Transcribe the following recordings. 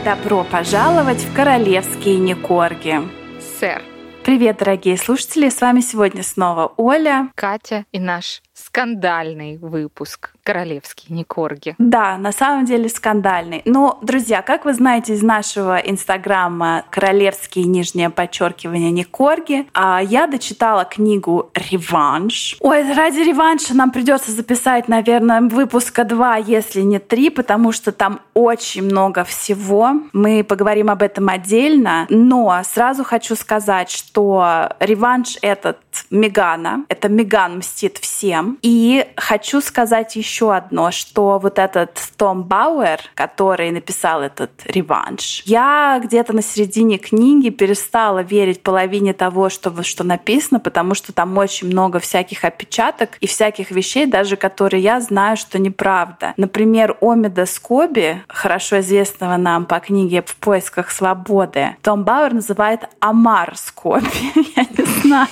Добро пожаловать в королевские Никорги. Сэр. Привет, дорогие слушатели, с вами сегодня снова Оля, Катя и наш скандальный выпуск «Королевские Никорги». Да, на самом деле скандальный. Но, друзья, как вы знаете из нашего инстаграма «Королевские Никорги», я дочитала книгу «Реванш». Ой, ради реванша нам придется записать, наверное, выпуска 2, если не 3, потому что там очень много всего. Мы поговорим об этом отдельно. Но сразу хочу сказать, что реванш этот Мегана. Это Меган мстит всем. И хочу сказать еще одно, что вот этот Том Бауэр, который написал этот «Реванш», я где-то на середине книги перестала верить половине того, что написано, потому что там очень много всяких опечаток и всяких вещей, даже которые я знаю, что неправда. Например, Омида Скоби, хорошо известного нам по книге «В поисках свободы», Том Бауэр называет Амар Скоби. Я не знаю.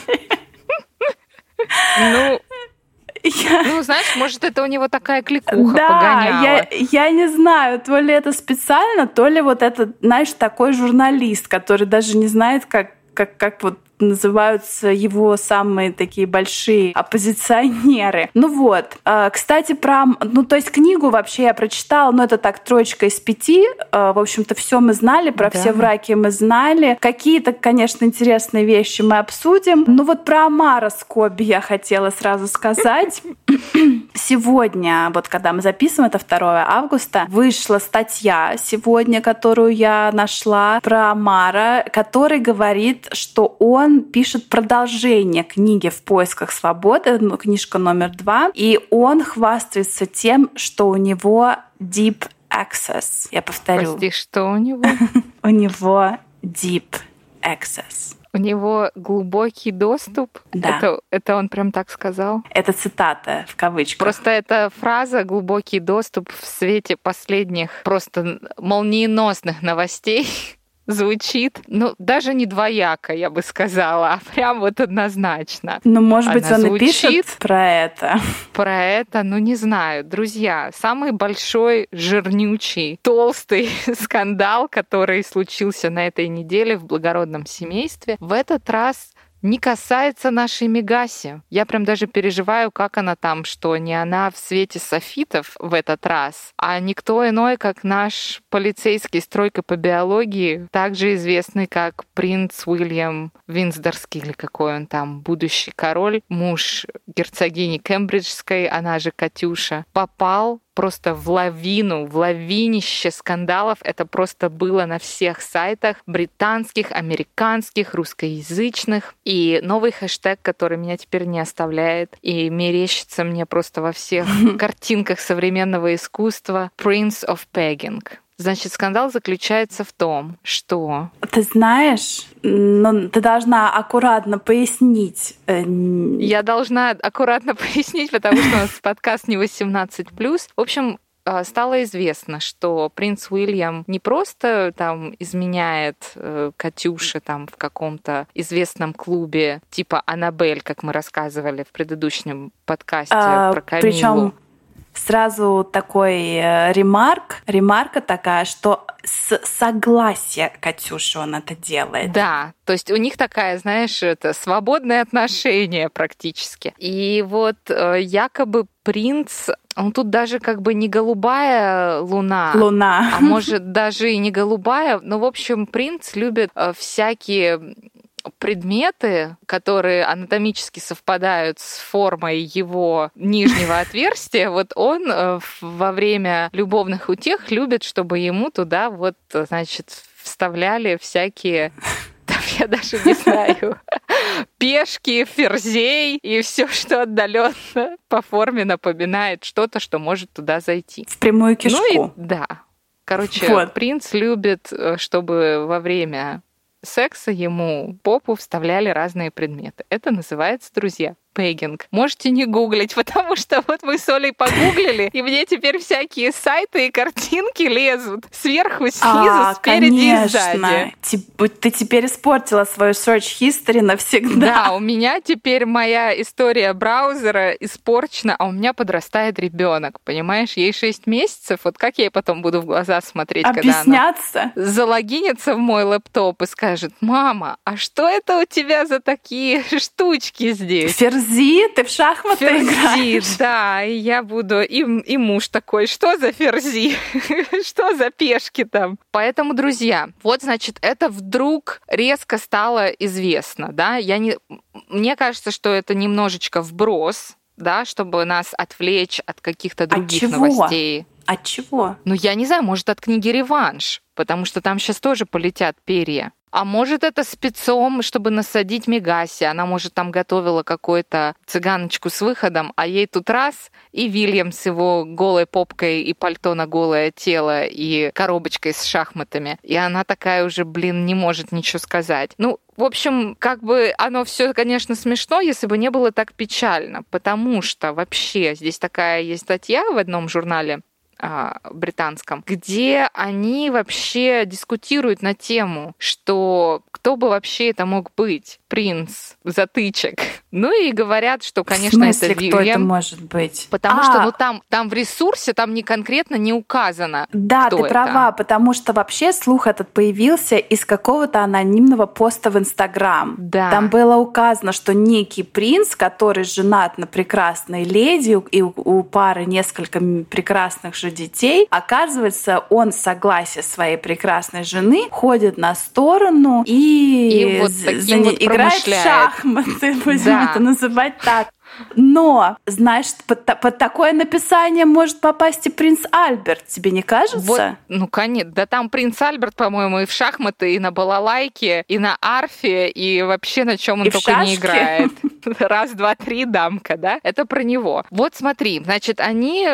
Знаешь, может, это у него такая кликуха погоняла. Я не знаю, то ли это специально, то ли вот это, знаешь, такой журналист, который даже не знает, как вот называются его самые такие большие оппозиционеры. Кстати, то есть книгу вообще я прочитала, это так 3 из 5. В общем-то, все мы знали, про все враки мы знали. Какие-то, конечно, интересные вещи мы обсудим. Про Амара Скоби я хотела сразу сказать. Сегодня, когда мы записываем, это 2 августа, вышла статья сегодня, которую я нашла про Амара, который говорит, что он пишет продолжение книги «В поисках свободы», книжка номер 2, и он хвастается тем, что у него deep access. Я повторю. Прости, что у него? У него deep access. У него глубокий доступ? Да. Это он прям так сказал? Это цитата в кавычках. Просто эта фраза «глубокий доступ» в свете последних просто молниеносных новостей звучит, даже не двояко, я бы сказала, а прям однозначно. Может быть, он и пишет про это. Про это, не знаю. Друзья, самый большой, жирнючий, толстый скандал, который случился на этой неделе в благородном семействе, в этот раз не касается нашей Мегаси. Я прям даже переживаю, как она там, что не она в свете софитов в этот раз, а никто иной, как наш полицейский с 3 по биологии, также известный как принц Уильям Виндзорский, или какой он там, будущий король, муж герцогини Кембриджской, она же Катюша, попал просто в лавинище скандалов. Это просто было на всех сайтах британских, американских, русскоязычных. И новый хэштег, который меня теперь не оставляет и мерещится мне просто во всех картинках современного искусства, «Prince of Pegging». Значит, скандал заключается в том, что... Ты знаешь, ты должна аккуратно пояснить. Я должна аккуратно пояснить, потому что у нас подкаст не 18+. В общем, стало известно, что принц Уильям не просто там изменяет Катюше там в каком-то известном клубе типа Аннабель, как мы рассказывали в предыдущем подкасте про Камилу. Причем сразу такой ремарка такая, что с согласия Катюши он это делает. Да, то есть у них такая, знаешь, это свободное отношение практически. И якобы принц, он тут даже как бы не голубая луна, а может даже и не голубая, но в общем принц любит всякие предметы, которые анатомически совпадают с формой его нижнего отверстия, он во время любовных утех любит, чтобы ему туда вставляли всякие, я даже не знаю, пешки, ферзей и все, что отдаленно по форме напоминает что-то, что может туда зайти. В прямую кишку. Да. Короче, принц любит, чтобы во время секса ему в попу вставляли разные предметы. Это называется, друзья, пегинг. Можете не гуглить, потому что вот мы с Олей погуглили, и мне теперь всякие сайты и картинки лезут сверху, снизу, спереди и сзади. Ты теперь испортила свою search history навсегда. Да, у меня теперь моя история браузера испорчена, а у меня подрастает ребенок, понимаешь? Ей 6 месяцев, вот как я ей потом буду в глаза смотреть, объясняться? Когда она залогинится в мой лэптоп и скажет: мама, а что это у тебя за такие штучки здесь? Ферзи? Ты в шахматы играешь? Ферзи, да, и я буду, и муж такой: что за ферзи? Что за пешки там? Поэтому, друзья, вот, значит, это вдруг резко стало известно, да? Мне кажется, что это немножечко вброс, да, чтобы нас отвлечь от каких-то других новостей. От чего? Ну, я не знаю, может, от книги «Реванш», потому что там сейчас тоже полетят перья. А может, это спецом, чтобы насадить Мегаси. Она, может, там готовила какую-то цыганочку с выходом, а ей тут раз, и Вильям с его голой попкой и пальто на голое тело, и коробочкой с шахматами. И она такая уже, не может ничего сказать. Ну, в общем, как бы оно все, конечно, смешно, если бы не было так печально, потому что вообще здесь такая есть статья в одном журнале британском, где они вообще дискутируют на тему, что кто бы вообще это мог быть? Принц затычек. Ну и говорят, что, конечно, в смысле, это Вильям. Кто это может быть? Потому что там в ресурсе там конкретно не указано. Да, кто ты это. права, потому что вообще слух этот появился из какого-то анонимного поста в Инстаграм. Да. Там было указано, что некий принц, который женат на прекрасной леди, и у пары несколько прекрасных же детей, оказывается, он с согласия своей прекрасной жены ходит на сторону и вот играет в шахматы, будем это называть так. Но, знаешь, под такое написание может попасть и принц Альберт, тебе не кажется? Вот, ну, конечно. Да там принц Альберт, по-моему, и в шахматы, и на балалайке, и на арфе, и вообще на чем он только не играет. Раз, два, три, дамка, да? Это про него. Вот смотри, значит, они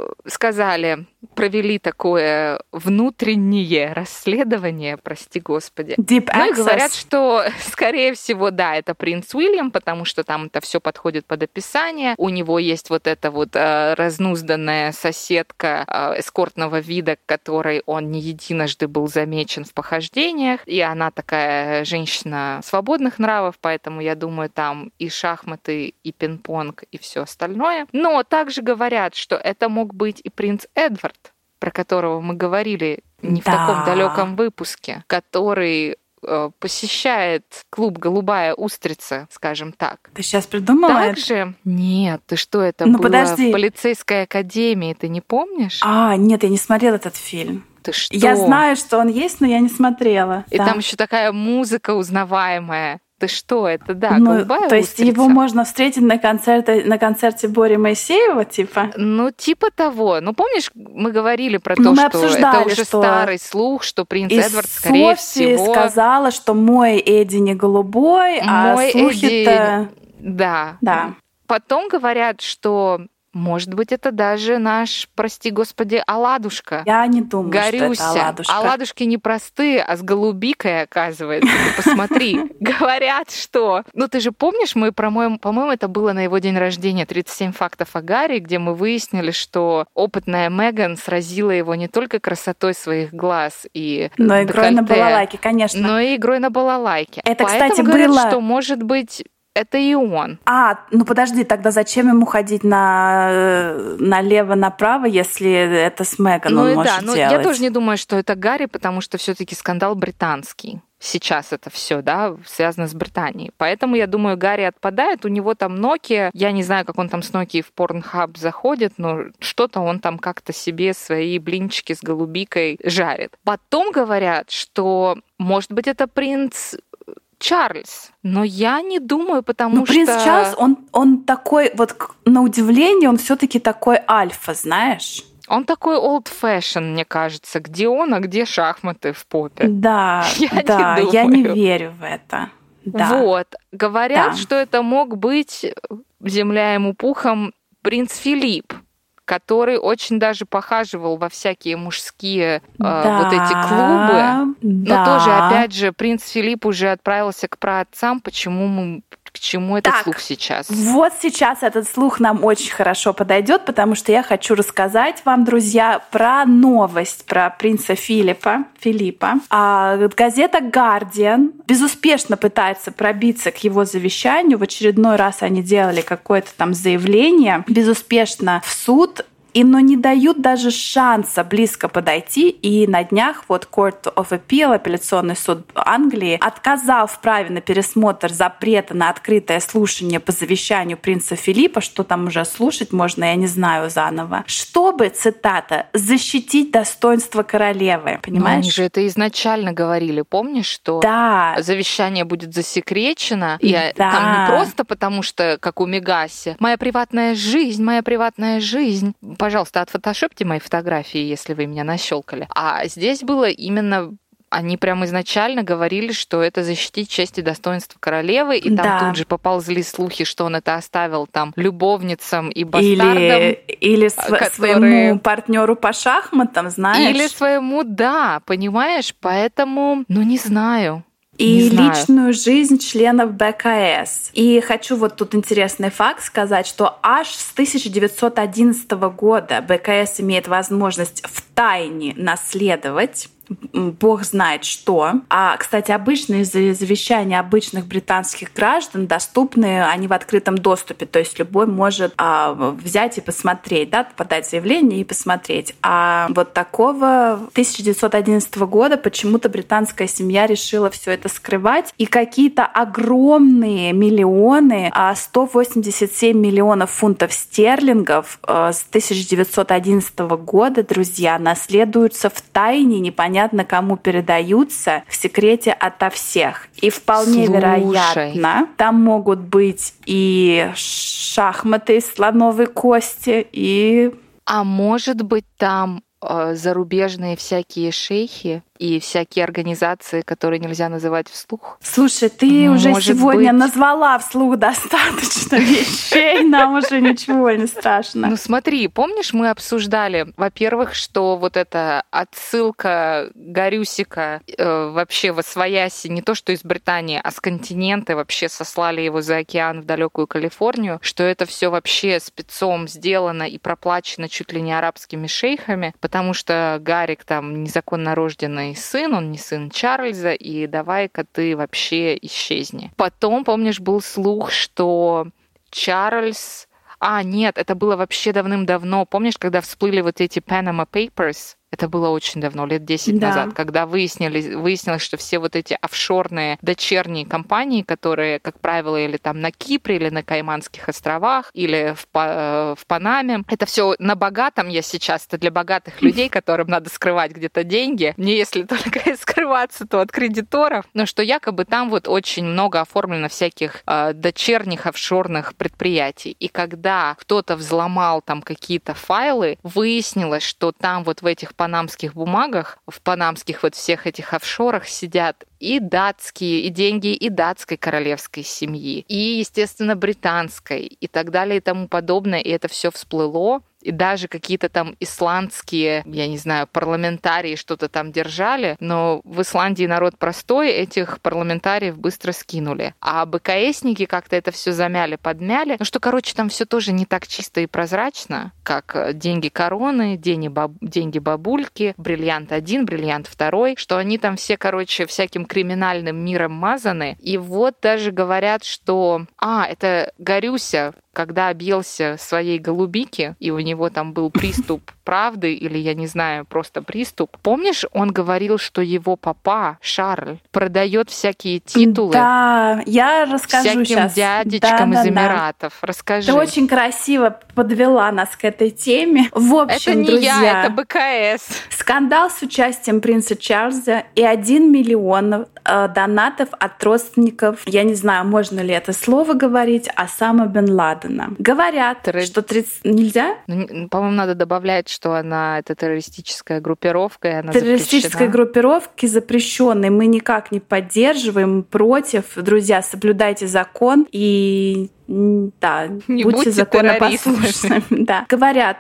сказали, провели такое внутреннее расследование, прости господи. Deep Ну access. и говорят, что, скорее всего, да, это принц Уильям, потому что там это все подходит под описание. У него есть вот эта вот разнузданная соседка эскортного вида, которой он не единожды был замечен в похождениях. И она такая женщина свободных нравов, поэтому, я думаю, там и шахматы, и пинг-понг, и все остальное. Но также говорят, что это мог быть и принц Эдвард, про которого мы говорили не в таком далеком выпуске, который посещает клуб «Голубая устрица», скажем так. Ты сейчас придумала Также... Нет, ты что, это было подожди. в полицейской академии, ты не помнишь? Нет, я не смотрела этот фильм. Ты что? Я знаю, что он есть, но я не смотрела. И там еще такая музыка узнаваемая. Ты что, это да, «Голубая то есть устрица». его можно встретить на концерте Бори Моисеева, типа? Ну, типа того. Ну, помнишь, мы говорили про то, что это уже старый слух, что принц Эдвард, скорее всего... сказала, что мой Эдди не голубой, а слухи-то... Да. Потом говорят, что... Может быть, это даже наш, прости господи, оладушка. Я не думаю, Горюся. что это оладушка. Оладушки не простые, а с голубикой, оказывается. Ты посмотри. Говорят, что... Ну, ты же помнишь, по-моему, это было на его день рождения, 37 фактов о Гарри, где мы выяснили, что опытная Меган сразила его не только красотой своих глаз и но игрой на балалайке, конечно. Но и игрой на балалайке. Это, поэтому кстати, говорят, было... что, может быть... Это и он. Ну подожди, тогда зачем ему ходить налево-направо, если это с Меган он может делать? Я тоже не думаю, что это Гарри, потому что все-таки скандал британский. Сейчас это все, да, связано с Британией. Поэтому, я думаю, Гарри отпадает. У него там Nokia. Я не знаю, как он там с Nokia в Pornhub заходит, но что-то он там как-то себе свои блинчики с голубикой жарит. Потом говорят, что, может быть, это принц Чарльз. Но я не думаю, потому что... принц Чарльз, он такой, вот на удивление, он все-таки такой альфа, знаешь? Он такой old fashion, мне кажется. Где он, а где шахматы в попе? Да, я не верю в это. Да. Вот. Говорят, что это мог быть, земля ему пухом, принц Филипп, который очень даже похаживал во всякие мужские вот эти клубы. Но тоже, опять же, принц Филипп уже отправился к праотцам. Почему К чему этот слух сейчас? Вот сейчас этот слух нам очень хорошо подойдет, потому что я хочу рассказать вам, друзья, про новость про принца Филиппа. Газета Guardian безуспешно пытается пробиться к его завещанию. В очередной раз они делали какое-то там заявление. Безуспешно в суд. Но не дают даже шанса близко подойти. И на днях вот Court of Appeal, апелляционный суд Англии, отказал в праве на пересмотр запрета на открытое слушание по завещанию принца Филиппа, что там уже слушать можно, я не знаю, заново, чтобы, цитата, «защитить достоинство королевы». Понимаешь? Но они же это изначально говорили. Помнишь, что завещание будет засекречено? И там не просто потому, что, как у Мегаси, моя приватная жизнь. Пожалуйста, отфотошопьте мои фотографии, если вы меня нащелкали. А здесь было именно... Они прямо изначально говорили, что это защитить честь и достоинство королевы, и там тут же поползли слухи, что он это оставил там любовницам и бастардам. Или своему партнеру по шахматам, знаешь? Или своему, понимаешь? Поэтому, не знаю. И личную жизнь членов БКС. И хочу вот тут интересный факт сказать, что аж с 1911 года БКС имеет возможность втайне наследовать бог знает что. Кстати, обычные завещания обычных британских граждан доступны, они в открытом доступе, то есть любой может взять и посмотреть, подать заявление и посмотреть. А вот такого 1911 года почему-то британская семья решила все это скрывать, и какие-то огромные миллионы, 187 миллионов фунтов стерлингов с 1911 года, друзья, наследуются в тайне, непонятно кому передаются, в секрете ото всех. И вполне вероятно, там могут быть и шахматы из слоновой кости, и... А может быть, там зарубежные всякие шейхи и всякие организации, которые нельзя называть вслух. Слушай, ты уже сегодня назвала вслух достаточно вещей, нам уже ничего не страшно. Смотри, помнишь, мы обсуждали, во-первых, что вот эта отсылка Горюсика вообще восвояси не то, что из Британии, а с континента вообще сослали его за океан в далекую Калифорнию, что это все вообще спецом сделано и проплачено чуть ли не арабскими шейхами, потому что Гарик там незаконно рожденный сын, он не сын Чарльза, и давай-ка ты вообще исчезни. Потом, помнишь, был слух, что Чарльз... Нет, это было вообще давным-давно. Помнишь, когда всплыли вот эти Panama Papers? Это было очень давно, лет 10 назад, когда выяснилось, что все вот эти офшорные дочерние компании, которые, как правило, или там на Кипре, или на Кайманских островах, или в Панаме, это все на богатом я сейчас, это для богатых людей, которым надо скрывать где-то деньги, не если только скрываться, то от кредиторов, но что якобы там вот очень много оформлено всяких дочерних офшорных предприятий. И когда кто-то взломал там какие-то файлы, выяснилось, что там вот в этих панамских бумагах, в панамских вот всех этих офшорах сидят и датские, и деньги и датской королевской семьи, и, естественно, британской, и так далее, и тому подобное, и это все всплыло. И даже какие-то там исландские, я не знаю, парламентарии что-то там держали, но в Исландии народ простой, этих парламентариев быстро скинули. А БКСники как-то это все замяли, подмяли. Ну что, короче, там все тоже не так чисто и прозрачно, как деньги короны, деньги бабульки, бриллиант 1, бриллиант 2, что они там все, короче, всяким криминальным миром мазаны. И вот даже говорят, что это Горюся, когда объелся своей голубики, и у него там был приступ правды, или, я не знаю, просто приступ. Помнишь, он говорил, что его папа, Шарль, продает всякие титулы? Да, я расскажу всяким сейчас. Дядечкам из Эмиратов. Расскажи. Ты очень красиво подвела нас к этой теме. В общем, это не друзья, я, это БКС. Скандал с участием принца Чарльза и 1 миллион донатов от родственников, я не знаю, можно ли это слово говорить, Осама бен Ладена. Говорят, что 30... Нельзя? По-моему, надо добавлять, что это террористическая группировка, и она террористической группировки запрещенной. Мы никак не поддерживаем, против. Друзья, соблюдайте закон и будьте законопослушными. Да. Говорят,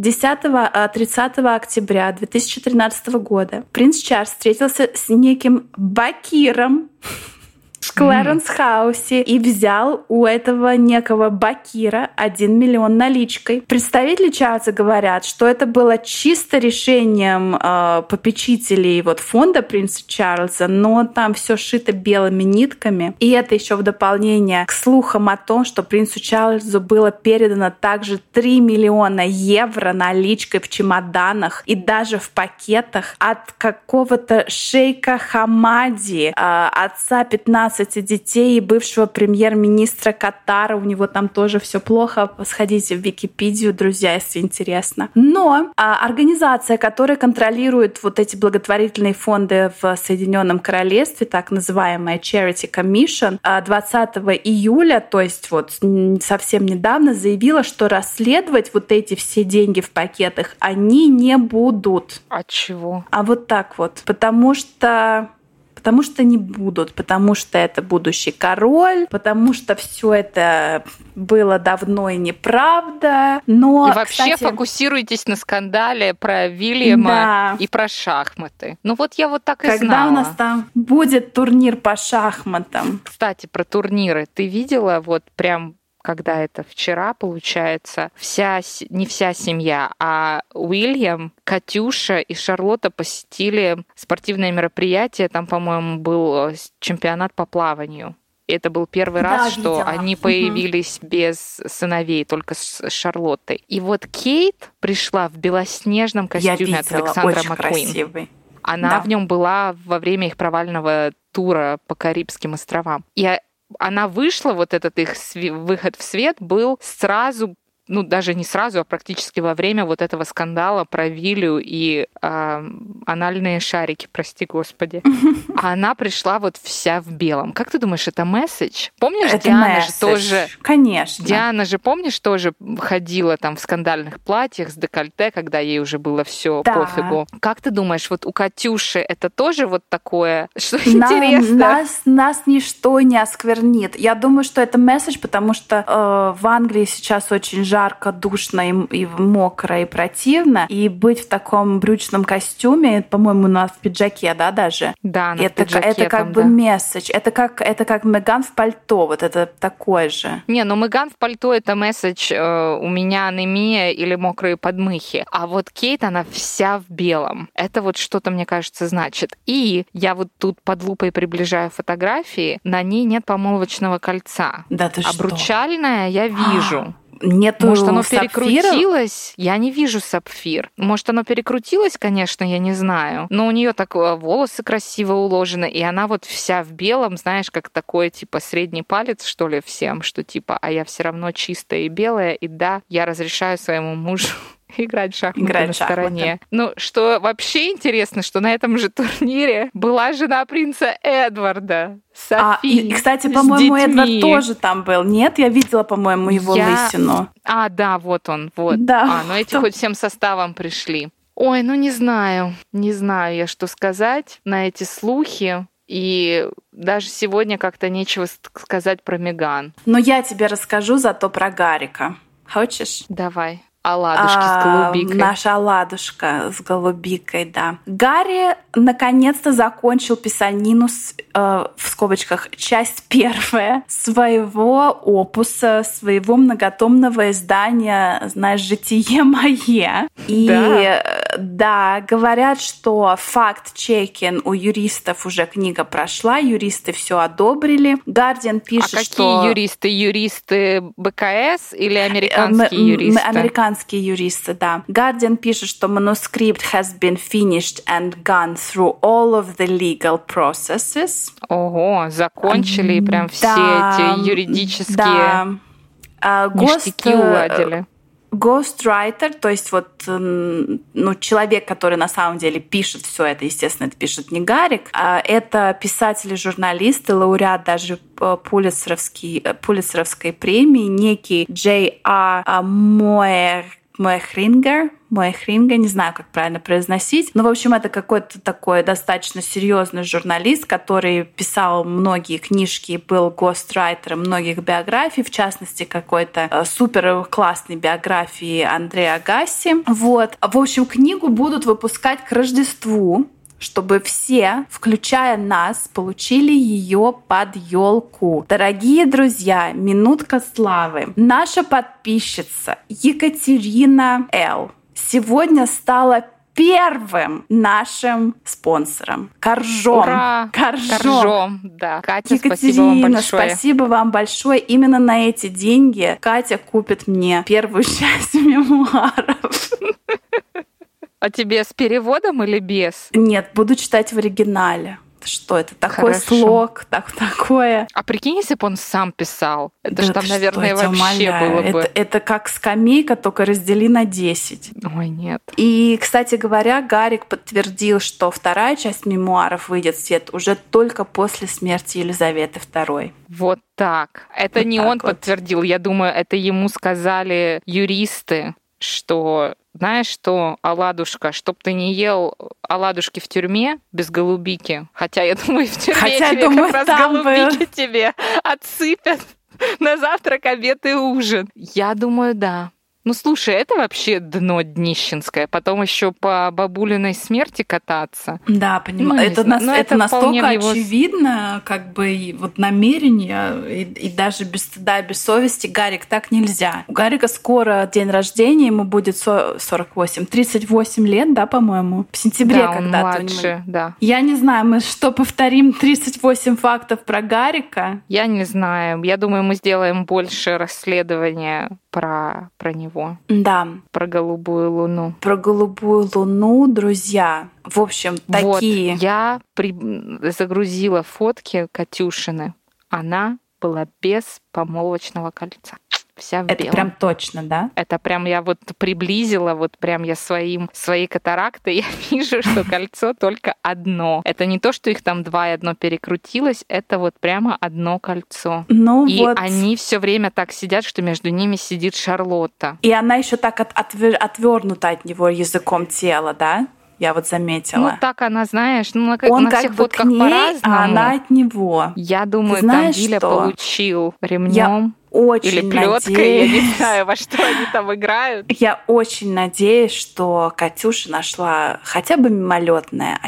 10-30 октября 2013 года принц Чарльз встретился с неким Бакиром. Клэренс-хаусе и взял у этого некого Бакира 1 миллион наличкой. Представители Чарльза говорят, что это было чисто решением попечителей фонда принца Чарльза, но там все шито белыми нитками. И это еще в дополнение к слухам о том, что принцу Чарльзу было передано также 3 миллиона евро наличкой в чемоданах и даже в пакетах от какого-то шейха Хамади, отца 15 детей и бывшего премьер-министра Катара. У него там тоже все плохо. Сходите в Википедию, друзья, если интересно. Но организация, которая контролирует эти благотворительные фонды в Соединенном Королевстве, так называемая Charity Commission, 20 июля, то есть совсем недавно, заявила, что расследовать эти все деньги в пакетах они не будут. От чего? А так потому что не будут, потому что это будущий король, потому что все это было давно и неправда. Но, и вообще, кстати, фокусируйтесь на скандале про Вильяма и про шахматы. Я так и знала. Когда у нас там будет турнир по шахматам? Кстати, про турниры. Ты видела прям когда это вчера, получается, не вся семья, а Уильям, Катюша и Шарлотта посетили спортивное мероприятие. Там, по-моему, был чемпионат по плаванию. И это был первый раз, что они появились без сыновей, только с Шарлоттой. И Кейт пришла в белоснежном костюме от Александра Маккуин. Красивый. Она в нем была во время их провального тура по Карибским островам. И она вышла, этот их выход в свет был сразу, даже не сразу, а практически во время этого скандала про Вилю и анальные шарики, прости господи. А она пришла вся в белом. Как ты думаешь, это месседж? Помнишь, это Диана месседж. Же тоже... Конечно. Диана же, помнишь, тоже ходила там в скандальных платьях с декольте, когда ей уже было все пофигу. Как ты думаешь, у Катюши это тоже такое, что интересно? Нас ничто не осквернит. Я думаю, что это месседж, потому что в Англии сейчас очень жарко, душно и мокро и противно. И быть в таком брючном костюме, по-моему, у нас в пиджаке, да, даже? Да, это как бы месседж. Это как Меган в пальто. Это такое же. Не, Меган в пальто — это месседж «у меня анемия» или «мокрые подмыхи». А Кейт, она вся в белом. Это что-то, мне кажется, значит. И я тут под лупой приближаю фотографии. На ней нет помолвочного кольца. Да ты что? Обручальное я вижу. Нету Может, оно сапфира? перекрутилось? Я не вижу сапфир. Может, оно перекрутилось, конечно, я не знаю. Но у нее так волосы красиво уложены, и она вся в белом, знаешь, как такой, средний палец, что ли, всем, что а я все равно чистая и белая, и да, я разрешаю своему мужу играть в шахматы на стороне. Что вообще интересно, что на этом же турнире была жена принца Эдварда, Софи. И, кстати, по-моему, Эдвард тоже там был. Нет, я видела, по-моему, его лысину. Да, он. Да. Эти хоть всем составом пришли. Ой, не знаю я, что сказать на эти слухи. И даже сегодня как-то нечего сказать про Меган. Но я тебе расскажу зато про Гарика. Хочешь? Давай. Оладушки с голубикой. Наша оладушка с голубикой, да. Гарри наконец-то закончил писанину, в скобочках, часть первая своего опуса, своего многотомного издания, знаешь, «Житие мое». И да, говорят, что факт-чекинг у юристов уже книга прошла, юристы все одобрили. Guardian пишет, что... какие юристы? Юристы БКС или американские юристы? Американские юристы, да. Guardian пишет, что manuscript has been finished and gone through all of the legal processes. Ого, закончили и прям все эти юридические ништяки уладили. Ghostwriter, то есть человек, который на самом деле пишет все это, естественно, это пишет не Гарик, это писатель и журналист, и лауреат даже Пулитцеровской премии, некий J.R. Моехрингер, не знаю, как правильно произносить. Но, в общем, это какой-то такой достаточно серьезный журналист, который писал многие книжки и был гострайтером многих биографий, в частности, какой-то супер классной биографии Андреа Агасси. В общем, книгу будут выпускать к Рождеству. чтобы все, включая нас, получили ее под елку. Дорогие друзья, минутка славы. Наша подписчица Екатерина Л. сегодня стала первым нашим спонсором. Коржом. Ура! Коржом. Да. Катя, Екатерина, спасибо вам большое. Спасибо вам большое. Именно на эти деньги Катя купит мне первую часть мемуаров. А тебе с переводом или без? Нет, буду читать в оригинале. Что это? Такой Хорошо. слог, такое. А прикинь, если бы он сам писал. Это Да же там, ты наверное, что, я тебя вообще умоляю. было бы. Это как скамейка, только раздели на 10. Ой, нет. И, кстати говоря, Гарик подтвердил, что вторая часть мемуаров выйдет в свет уже только после смерти Елизаветы II. Вот так. Это Вот не так он вот. подтвердил. Я думаю, это ему сказали юристы, что, знаешь что, оладушка, чтоб ты не ел оладушки в тюрьме без голубики. Хотя, я думаю, в тюрьме Хотя, тебе думаю, как раз там голубики тебе отсыпят на завтрак, обед и ужин. Я думаю, да. Ну, слушай, это вообще дно днищенское. Потом еще по бабулиной смерти кататься. Да, понимаю. Ну, не это знаю. Но это вполне настолько в его- очевидно, как бы и вот намерение, и даже без стыда, без совести. Гарик, так нельзя. У Гарика скоро день рождения, ему будет 38 лет, да, по-моему? В сентябре Да, он когда-то. младше, да. Я не знаю, мы что, повторим 38 фактов про Гарика? Я не знаю. Я думаю, мы сделаем больше расследования про него, Да, про голубую луну. про голубую луну, друзья. В общем, такие. Вот, я загрузила фотки Катюшины. Она была без помолвочного кольца. Вся в Это белом. прям точно, да? Это прям я вот приблизила, вот прям я своей катарактой, я вижу, что кольцо только одно. Это не то, что их там два и одно перекрутилось, это вот прямо одно кольцо. Ну И вот. они все время так сидят, что между ними сидит Шарлотта. И она еще так отвернута от него языком тела, да? Я вот заметила. Ну так она, знаешь, Он на как всех бы фотках к ней, по-разному. а она от него. Я думаю, Ты знаешь, там Виля что? получил ремнем Очень или плеткой, я не надеюсь. знаю, во что они там играют. Я очень надеюсь, что Катюша нашла хотя бы мимолетное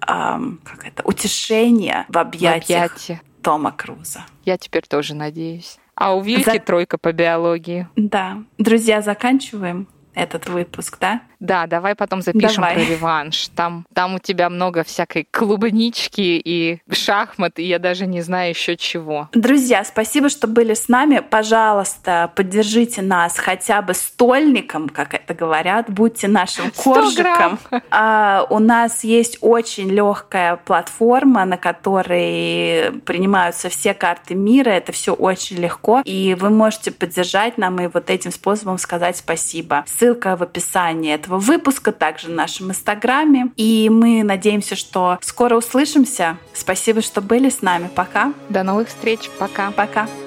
утешение в объятиях Объятия. Тома Круза. Я теперь тоже надеюсь. А у Вильки тройка по биологии. Да. Друзья, заканчиваем этот выпуск, да? Да, давай потом запишем Давай. про реванш. Там у тебя много всякой клубнички и шахмат, и я даже не знаю еще чего. Друзья, спасибо, что были с нами. Пожалуйста, поддержите нас хотя бы стольником, как это говорят. Будьте нашим 100 коржиком. грамм. У нас есть очень легкая платформа, на которой принимаются все карты мира. Это все очень легко. И вы можете поддержать нам и вот этим способом сказать спасибо. Ссылка в описании этого выпуска, также в нашем инстаграме. И мы надеемся, что скоро услышимся. Спасибо, что были с нами. Пока. До новых встреч. Пока. Пока.